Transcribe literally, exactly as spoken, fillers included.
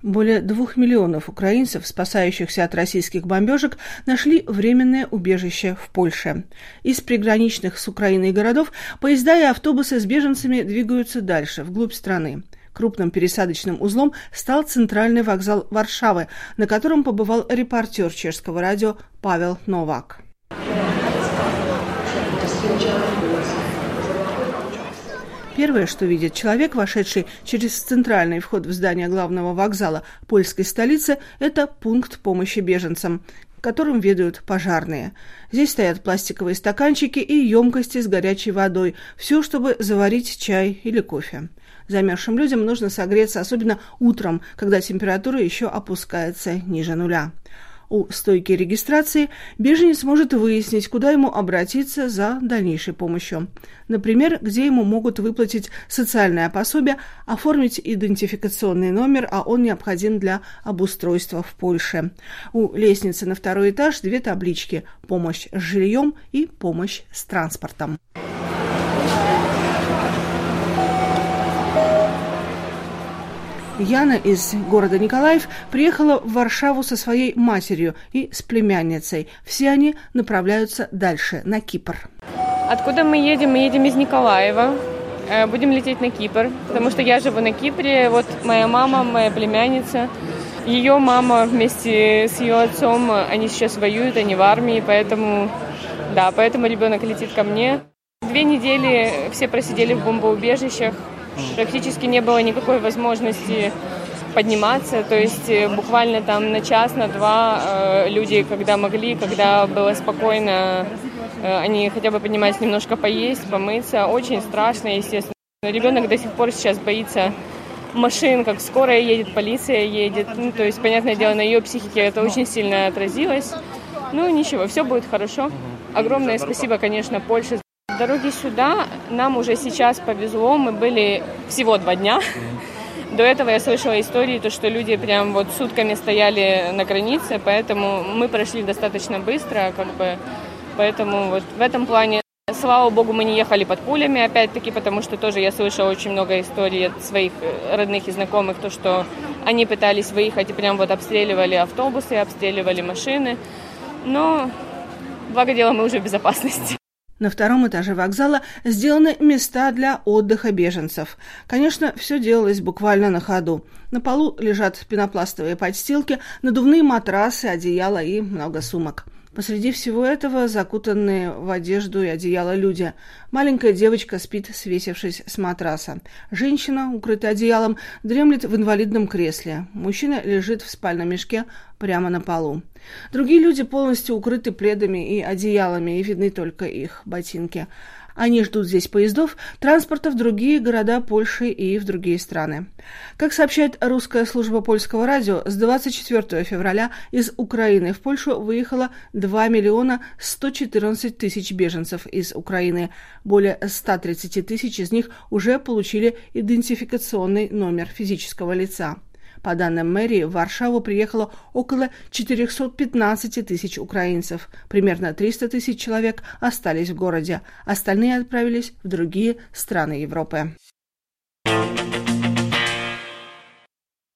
Более двух миллионов украинцев, спасающихся от российских бомбежек, нашли временное убежище в Польше. Из приграничных с Украиной городов поезда и автобусы с беженцами двигаются дальше, вглубь страны. Крупным пересадочным узлом стал центральный вокзал Варшавы, на котором побывал репортер чешского радио Павел Новак. Первое, что видит человек, вошедший через центральный вход в здание главного вокзала польской столицы, это пункт помощи беженцам, которым ведают пожарные. Здесь стоят пластиковые стаканчики и емкости с горячей водой. Все, чтобы заварить чай или кофе. Замерзшим людям нужно согреться, особенно утром, когда температура еще опускается ниже нуля. У стойки регистрации беженец может выяснить, куда ему обратиться за дальнейшей помощью. Например, где ему могут выплатить социальное пособие, оформить идентификационный номер, а он необходим для обустройства в Польше. У лестницы на второй этаж две таблички «Помощь с жильем» и «Помощь с транспортом». Яна из города Николаев приехала в Варшаву со своей матерью и с племянницей. Все они направляются дальше, на Кипр. Откуда мы едем? Мы едем из Николаева. Будем лететь на Кипр, потому что я живу на Кипре. Вот моя мама, моя племянница. Ее мама вместе с ее отцом, они сейчас воюют, они в армии, поэтому, да, поэтому ребенок летит ко мне. Две недели все просидели в бомбоубежищах. Практически не было никакой возможности подниматься, то есть буквально там на час, на два э, люди, когда могли, когда было спокойно, э, они хотя бы поднимались немножко поесть, помыться. Очень страшно, естественно. Ребенок до сих пор сейчас боится машин, как скорая едет, полиция едет. Ну, то есть, понятное дело, на ее психике это очень сильно отразилось. Ну, ничего, все будет хорошо. Огромное спасибо, конечно, Польше. Дороги сюда нам уже сейчас повезло, мы были всего два дня. До этого я слышала истории, то, что люди прям вот сутками стояли на границе, поэтому мы прошли достаточно быстро, как бы, поэтому вот в этом плане, слава богу, мы не ехали под пулями, опять-таки, потому что тоже я слышала очень много историй от своих родных и знакомых, то, что они пытались выехать и прям вот обстреливали автобусы, обстреливали машины, но благо дело мы уже в безопасности. На втором этаже вокзала сделаны места для отдыха беженцев. Конечно, все делалось буквально на ходу. На полу лежат пенопластовые подстилки, надувные матрасы, одеяла и много сумок. Посреди всего этого закутанные в одежду и одеяло люди. Маленькая девочка спит, свесившись с матраса. Женщина, укрытая одеялом, дремлет в инвалидном кресле. Мужчина лежит в спальном мешке прямо на полу. Другие люди полностью укрыты пледами и одеялами, и видны только их ботинки. Они ждут здесь поездов, транспорта в другие города Польши и в другие страны. Как сообщает русская служба польского радио, с двадцать четвёртого февраля из Украины в Польшу выехало два миллиона сто четырнадцать тысяч беженцев из Украины. Более ста тридцати тысяч из них уже получили идентификационный номер физического лица. По данным мэрии, в Варшаву приехало около четыреста пятнадцать тысяч украинцев. Примерно триста тысяч человек остались в городе. Остальные отправились в другие страны Европы.